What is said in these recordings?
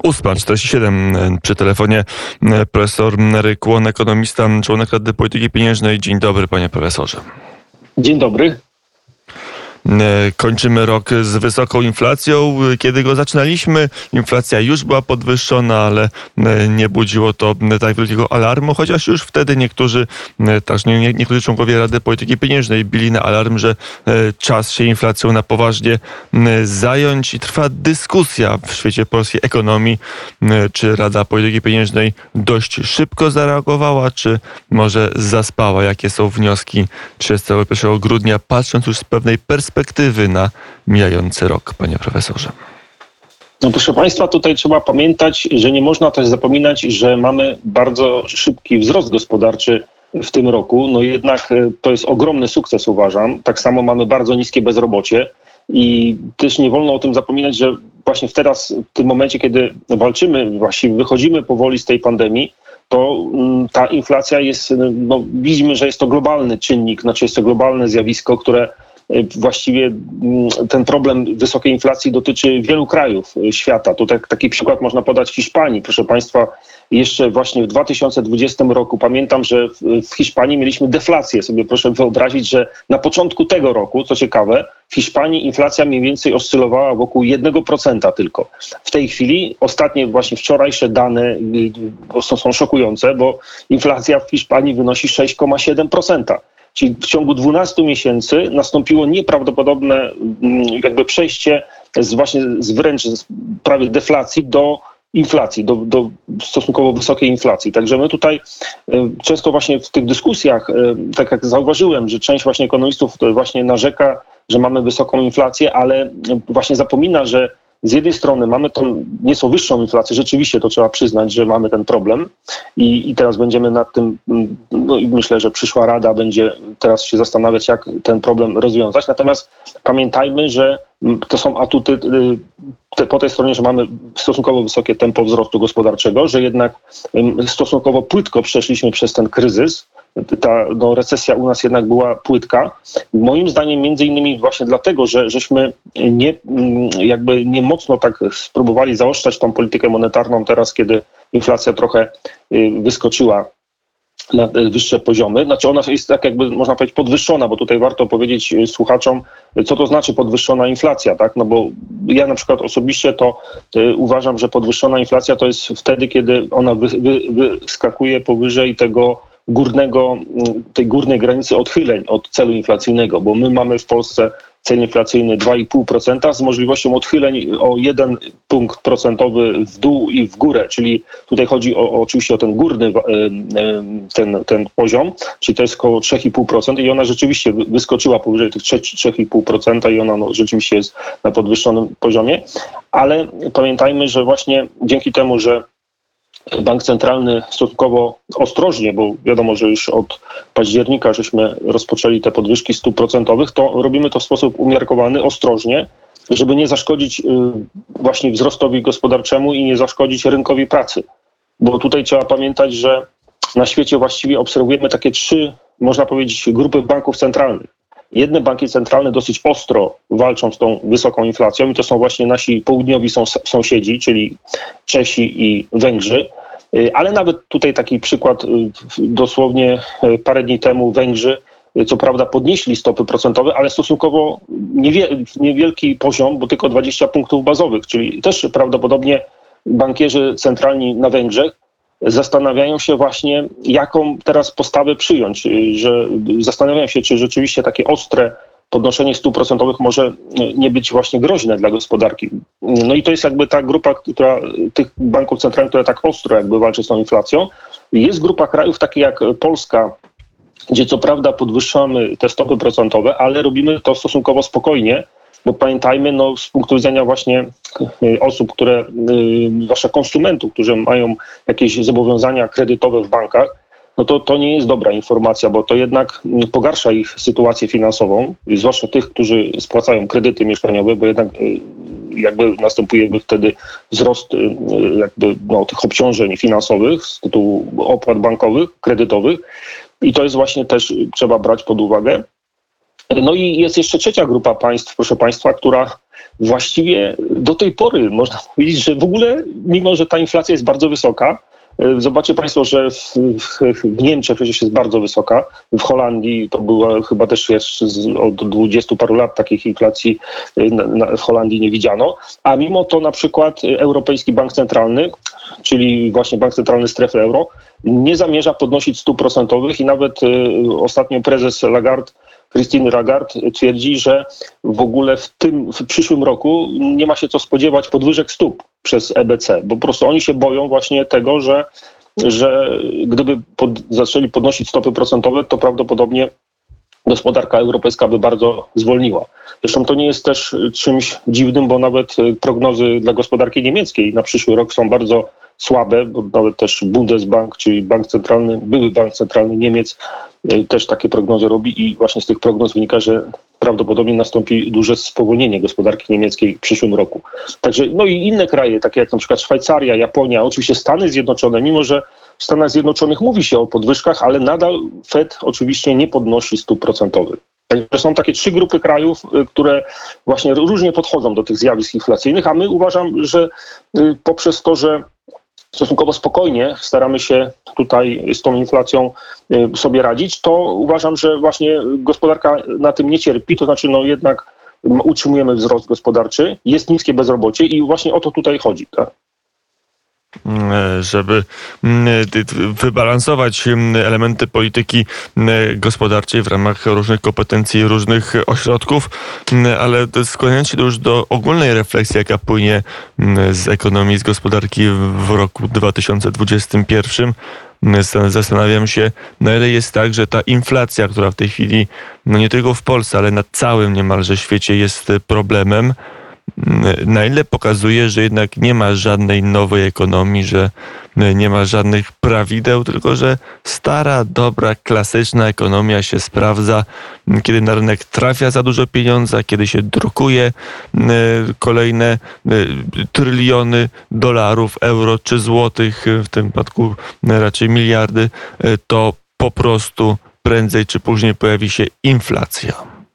8:47 przy telefonie profesor Nery Kłon, ekonomista, członek Rady Polityki Pieniężnej. Dzień dobry, panie profesorze. Dzień dobry. Kończymy rok z wysoką inflacją. Kiedy go zaczynaliśmy, inflacja już była podwyższona, ale nie budziło to tak wielkiego alarmu, chociaż już wtedy niektórzy członkowie Rady Polityki Pieniężnej bili na alarm, że czas się inflacją na poważnie zająć i trwa dyskusja w świecie polskiej ekonomii, czy Rada Polityki Pieniężnej dość szybko zareagowała, czy może zaspała. Jakie są wnioski 31 grudnia, patrząc już z pewnej perspektywy na mijający rok, panie profesorze? No proszę państwa, tutaj trzeba pamiętać, że nie można też zapominać, że mamy bardzo szybki wzrost gospodarczy w tym roku. No jednak to jest ogromny sukces, uważam. Tak samo mamy bardzo niskie bezrobocie i też nie wolno o tym zapominać, że właśnie teraz, w tym momencie, kiedy walczymy, właściwie wychodzimy powoli z tej pandemii, to ta inflacja jest, widzimy, że jest to globalny czynnik, jest to globalne zjawisko, które właściwie ten problem wysokiej inflacji dotyczy wielu krajów świata. Tu taki przykład można podać Hiszpanii. Proszę państwa, jeszcze właśnie w 2020 roku pamiętam, że w Hiszpanii mieliśmy deflację. Sobie proszę wyobrazić, że na początku tego roku, co ciekawe, w Hiszpanii inflacja mniej więcej oscylowała wokół 1% tylko. W tej chwili ostatnie właśnie wczorajsze dane są szokujące, bo inflacja w Hiszpanii wynosi 6,7%. Czyli w ciągu 12 miesięcy nastąpiło nieprawdopodobne przejście z wręcz prawie deflacji do inflacji, do stosunkowo wysokiej inflacji. Także my tutaj często właśnie w tych dyskusjach, tak jak zauważyłem, że część właśnie ekonomistów właśnie narzeka, że mamy wysoką inflację, ale właśnie zapomina, że z jednej strony mamy tą nieco wyższą inflację, rzeczywiście to trzeba przyznać, że mamy ten problem i teraz będziemy nad tym, i myślę, że przyszła Rada będzie teraz się zastanawiać, jak ten problem rozwiązać. Natomiast pamiętajmy, że to są atuty po tej stronie, że mamy stosunkowo wysokie tempo wzrostu gospodarczego, że jednak stosunkowo płytko przeszliśmy przez ten kryzys. Ta recesja u nas jednak była płytka. Moim zdaniem między innymi właśnie dlatego, że żeśmy nie mocno tak spróbowali zaostrzać tą politykę monetarną teraz, kiedy inflacja trochę wyskoczyła na wyższe poziomy. Ona jest można powiedzieć podwyższona, bo tutaj warto powiedzieć słuchaczom, co to znaczy podwyższona inflacja, tak? Bo ja na przykład osobiście to uważam, że podwyższona inflacja to jest wtedy, kiedy ona wyskakuje powyżej tej górnej granicy odchyleń od celu inflacyjnego, bo my mamy w Polsce cel inflacyjny 2,5% z możliwością odchyleń o 1 punkt procentowy w dół i w górę, czyli tutaj chodzi oczywiście o ten górny ten poziom, czyli to jest około 3,5% i ona rzeczywiście wyskoczyła powyżej tych 3,5% i ona rzeczywiście jest na podwyższonym poziomie, ale pamiętajmy, że właśnie dzięki temu, że Bank Centralny stosunkowo ostrożnie, bo wiadomo, że już od października żeśmy rozpoczęli te podwyżki stóp procentowych, to robimy to w sposób umiarkowany, ostrożnie, żeby nie zaszkodzić właśnie wzrostowi gospodarczemu i nie zaszkodzić rynkowi pracy. Bo tutaj trzeba pamiętać, że na świecie właściwie obserwujemy takie 3, można powiedzieć, grupy banków centralnych. Jedne banki centralne dosyć ostro walczą z tą wysoką inflacją i to są właśnie nasi południowi sąsiedzi, czyli Czesi i Węgrzy. Ale nawet tutaj taki przykład, dosłownie parę dni temu Węgrzy, co prawda podnieśli stopy procentowe, ale stosunkowo niewielki poziom, bo tylko 20 punktów bazowych, czyli też prawdopodobnie bankierzy centralni na Węgrzech zastanawiają się właśnie, jaką teraz postawę przyjąć, że zastanawiają się, czy rzeczywiście takie ostre podnoszenie stóp procentowych może nie być właśnie groźne dla gospodarki. No i to jest ta grupa, tych banków centralnych, która tak ostro walczy z tą inflacją. Jest grupa krajów takich jak Polska, gdzie co prawda podwyższamy te stopy procentowe, ale robimy to stosunkowo spokojnie, bo pamiętajmy, z punktu widzenia właśnie osób, zwłaszcza konsumentów, którzy mają jakieś zobowiązania kredytowe w bankach, to nie jest dobra informacja, bo to jednak pogarsza ich sytuację finansową, zwłaszcza tych, którzy spłacają kredyty mieszkaniowe, bo jednak następuje wtedy wzrost tych obciążeń finansowych z tytułu opłat bankowych, kredytowych i to jest właśnie też trzeba brać pod uwagę. No i jest jeszcze trzecia grupa państw, proszę państwa, która właściwie do tej pory można powiedzieć, że w ogóle, mimo że ta inflacja jest bardzo wysoka, zobaczcie Państwo, że w Niemczech przecież jest bardzo wysoka. W Holandii to była chyba też od 20 paru lat takich inflacji w Holandii nie widziano. A mimo to na przykład Europejski Bank Centralny, czyli właśnie Bank Centralny Strefy Euro, nie zamierza podnosić stóp procentowych i nawet ostatnio prezes Christine Lagarde twierdzi, że w ogóle w przyszłym roku nie ma się co spodziewać podwyżek stóp przez EBC, bo po prostu oni się boją właśnie tego, że gdyby zaczęli podnosić stopy procentowe, to prawdopodobnie gospodarka europejska by bardzo zwolniła. Zresztą to nie jest też czymś dziwnym, bo nawet prognozy dla gospodarki niemieckiej na przyszły rok są bardzo słabe, bo nawet też Bundesbank, czyli były bank centralny Niemiec też takie prognozy robi i właśnie z tych prognoz wynika, że prawdopodobnie nastąpi duże spowolnienie gospodarki niemieckiej w przyszłym roku. Także no i inne kraje, takie jak na przykład Szwajcaria, Japonia, oczywiście Stany Zjednoczone, mimo że w Stanach Zjednoczonych mówi się o podwyżkach, ale nadal Fed oczywiście nie podnosi stóp procentowych. To są takie 3 grupy krajów, które właśnie różnie podchodzą do tych zjawisk inflacyjnych, a my uważam, że poprzez to, że stosunkowo spokojnie staramy się tutaj z tą inflacją sobie radzić, to uważam, że właśnie gospodarka na tym nie cierpi, to znaczy no jednak utrzymujemy wzrost gospodarczy, jest niskie bezrobocie i właśnie o to tutaj chodzi. Tak? Żeby wybalansować elementy polityki gospodarczej w ramach różnych kompetencji, różnych ośrodków, ale skłaniając się już do ogólnej refleksji, jaka płynie z ekonomii, z gospodarki w roku 2021, zastanawiam się, na ile jest tak, że ta inflacja, która w tej chwili, no nie tylko w Polsce, ale na całym niemalże świecie jest problemem, na ile pokazuje, że jednak nie ma żadnej nowej ekonomii, że nie ma żadnych prawideł, tylko że stara, dobra, klasyczna ekonomia się sprawdza, kiedy na rynek trafia za dużo pieniądza, kiedy się drukuje kolejne tryliony dolarów, euro czy złotych, w tym przypadku raczej miliardy, to po prostu prędzej czy później pojawi się inflacja.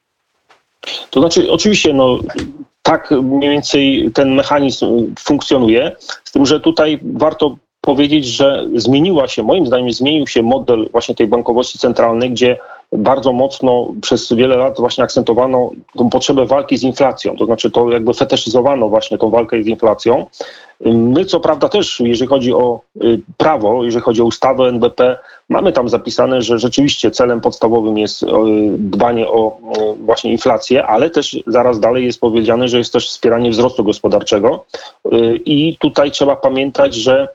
To znaczy, oczywiście, no tak mniej więcej ten mechanizm funkcjonuje, z tym, że tutaj warto powiedzieć, że moim zdaniem zmienił się model właśnie tej bankowości centralnej, gdzie bardzo mocno przez wiele lat właśnie akcentowano tą potrzebę walki z inflacją, to znaczy to jakby feteszyzowano właśnie tą walkę z inflacją. My co prawda też, jeżeli chodzi o prawo, jeżeli chodzi o ustawę NBP, mamy tam zapisane, że rzeczywiście celem podstawowym jest dbanie o właśnie inflację, ale też zaraz dalej jest powiedziane, że jest też wspieranie wzrostu gospodarczego i tutaj trzeba pamiętać,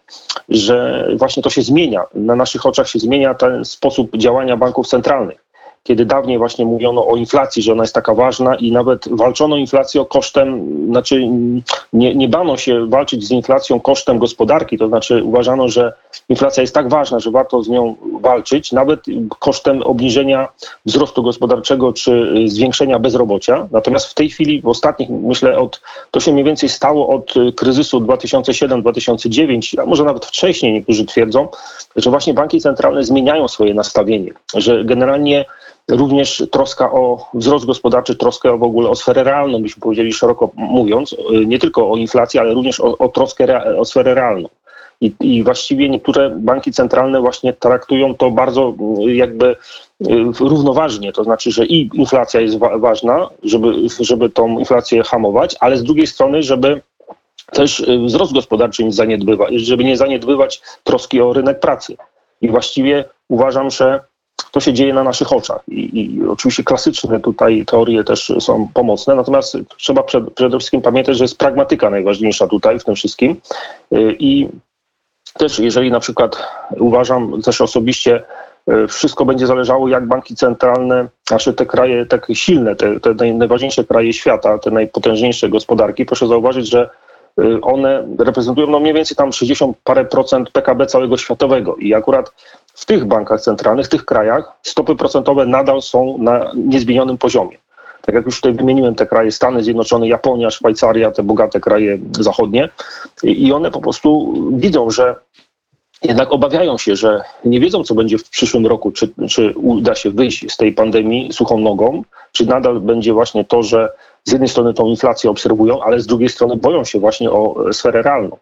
że właśnie to się zmienia. Na naszych oczach się zmienia ten sposób działania banków centralnych. Kiedy dawniej właśnie mówiono o inflacji, że ona jest taka ważna i nawet walczono inflacją kosztem, znaczy nie bano się walczyć z inflacją kosztem gospodarki, to znaczy uważano, że inflacja jest tak ważna, że warto z nią walczyć, nawet kosztem obniżenia wzrostu gospodarczego czy zwiększenia bezrobocia. Natomiast w tej chwili, w ostatnich, myślę, to się mniej więcej stało od kryzysu 2007-2009, a może nawet wcześniej niektórzy twierdzą, że właśnie banki centralne zmieniają swoje nastawienie, że generalnie również troska o wzrost gospodarczy, troskę w ogóle o sferę realną, byśmy powiedzieli szeroko mówiąc, nie tylko o inflację, ale również o troskę o sferę realną. I właściwie niektóre banki centralne właśnie traktują to bardzo jakby równoważnie, to znaczy, że i inflacja jest ważna, żeby tą inflację hamować, ale z drugiej strony, żeby też wzrost gospodarczy nie zaniedbywać, żeby nie zaniedbywać troski o rynek pracy. I właściwie uważam, że to się dzieje na naszych oczach i oczywiście klasyczne tutaj teorie też są pomocne, natomiast trzeba przede wszystkim pamiętać, że jest pragmatyka najważniejsza tutaj w tym wszystkim i też jeżeli na przykład uważam też osobiście, wszystko będzie zależało, jak banki centralne, znaczy te kraje takie silne, te najważniejsze kraje świata, te najpotężniejsze gospodarki, proszę zauważyć, że one reprezentują no mniej więcej tam 60 parę procent PKB całego światowego i akurat w tych bankach centralnych, w tych krajach stopy procentowe nadal są na niezmienionym poziomie. Tak jak już tutaj wymieniłem te kraje, Stany Zjednoczone, Japonia, Szwajcaria, te bogate kraje zachodnie i one po prostu widzą, że jednak obawiają się, że nie wiedzą, co będzie w przyszłym roku, czy uda się wyjść z tej pandemii suchą nogą, czy nadal będzie właśnie to, że z jednej strony tą inflację obserwują, ale z drugiej strony boją się właśnie o sferę realną.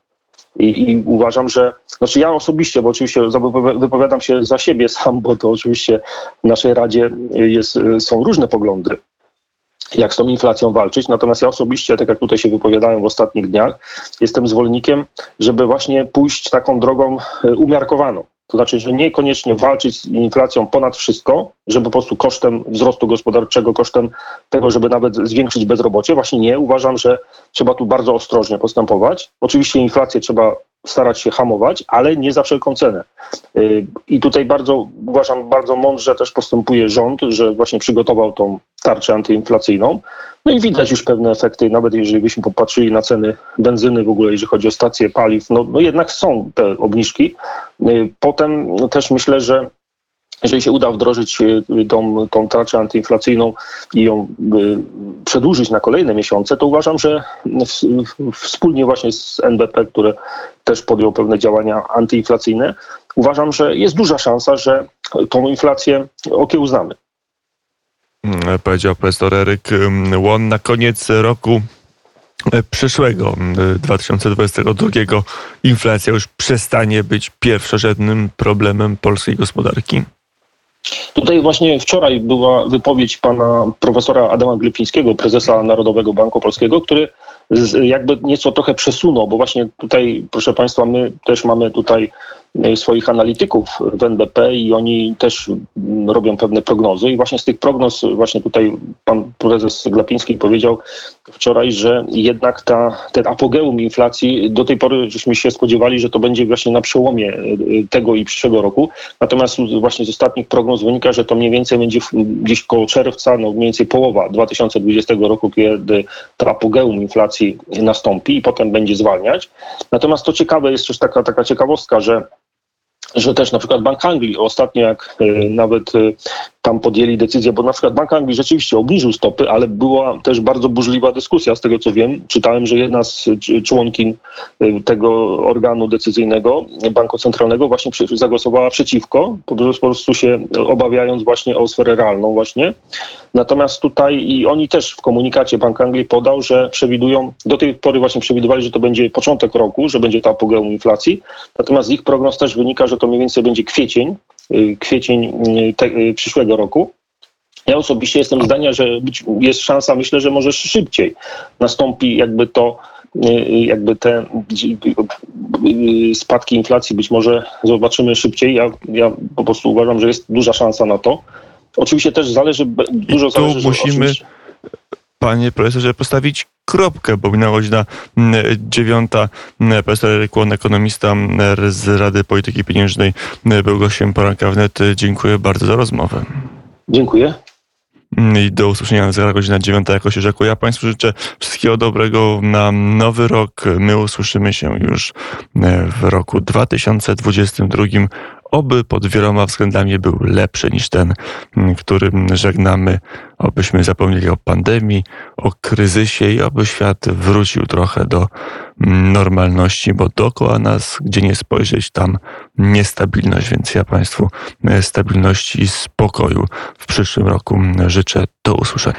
I uważam, że, znaczy ja osobiście, bo oczywiście wypowiadam się za siebie sam, bo to oczywiście w naszej Radzie są różne poglądy, jak z tą inflacją walczyć. Natomiast ja osobiście, tak jak tutaj się wypowiadałem w ostatnich dniach, jestem zwolennikiem, żeby właśnie pójść taką drogą umiarkowaną. To znaczy, że niekoniecznie walczyć z inflacją ponad wszystko, żeby po prostu kosztem wzrostu gospodarczego, kosztem tego, żeby nawet zwiększyć bezrobocie. Właśnie nie. Uważam, że trzeba tu bardzo ostrożnie postępować. Oczywiście inflację trzeba starać się hamować, ale nie za wszelką cenę. I tutaj uważam, bardzo mądrze też postępuje rząd, że właśnie przygotował tą tarczę antyinflacyjną. No i widać już pewne efekty, nawet jeżeli byśmy popatrzyli na ceny benzyny w ogóle, jeżeli chodzi o stacje paliw, no jednak są te obniżki. Potem też myślę, że jeżeli się uda wdrożyć tą tarczę antyinflacyjną i ją przedłużyć na kolejne miesiące, to uważam, że wspólnie właśnie z NBP, które też podjął pewne działania antyinflacyjne, uważam, że jest duża szansa, że tą inflację okiełznamy. Powiedział profesor Eryk Łon. Na koniec roku przyszłego, 2022, inflacja już przestanie być pierwszorzędnym problemem polskiej gospodarki? Tutaj właśnie wczoraj była wypowiedź pana profesora Adama Grypińskiego, prezesa Narodowego Banku Polskiego, który jakby nieco trochę przesunął, bo właśnie tutaj, proszę państwa, my też mamy tutaj swoich analityków w NBP i oni też robią pewne prognozy i właśnie z tych prognoz właśnie tutaj pan prezes Glapiński powiedział wczoraj, że jednak ten apogeum inflacji do tej pory żeśmy się spodziewali, że to będzie właśnie na przełomie tego i przyszłego roku. Natomiast właśnie z ostatnich prognoz wynika, że to mniej więcej będzie gdzieś koło czerwca, no mniej więcej połowa 2020 roku, kiedy to apogeum inflacji nastąpi i potem będzie zwalniać. Natomiast to ciekawe jest też taka ciekawostka, że też na przykład Bank Anglii ostatnio, jak nawet tam podjęli decyzję, bo na przykład Bank Anglii rzeczywiście obniżył stopy, ale była też bardzo burzliwa dyskusja, z tego co wiem. Czytałem, że jedna z członkiń tego organu decyzyjnego Banku Centralnego właśnie zagłosowała przeciwko, po prostu się obawiając właśnie o sferę realną właśnie. Natomiast tutaj i oni też w komunikacie Bank Anglii podał, że przewidują, do tej pory właśnie przewidywali, że to będzie początek roku, że będzie ta apogeum inflacji. Natomiast z ich prognoz też wynika, że to mniej więcej będzie kwiecień przyszłego roku. Ja osobiście jestem zdania, że jest szansa, myślę, że może szybciej nastąpi jakby te spadki inflacji być może zobaczymy szybciej. Ja po prostu uważam, że jest duża szansa na to. Oczywiście też dużo zależy. Musimy, panie profesorze, postawić kropkę, bo minęła godzina 9. Profesor Eryk Łon, ekonomista z Rady Polityki Pieniężnej, był gościem poranka wnet. Dziękuję bardzo za rozmowę. Dziękuję. I do usłyszenia za godzina 9, jako się rzekło. Ja państwu życzę wszystkiego dobrego na nowy rok. My usłyszymy się już w roku 2022. Oby pod wieloma względami był lepszy niż ten, którym żegnamy. Obyśmy zapomnieli o pandemii, o kryzysie i oby świat wrócił trochę do normalności, bo dookoła nas, gdzie nie spojrzeć, tam niestabilność. Więc ja państwu stabilności i spokoju w przyszłym roku życzę. Do usłyszenia.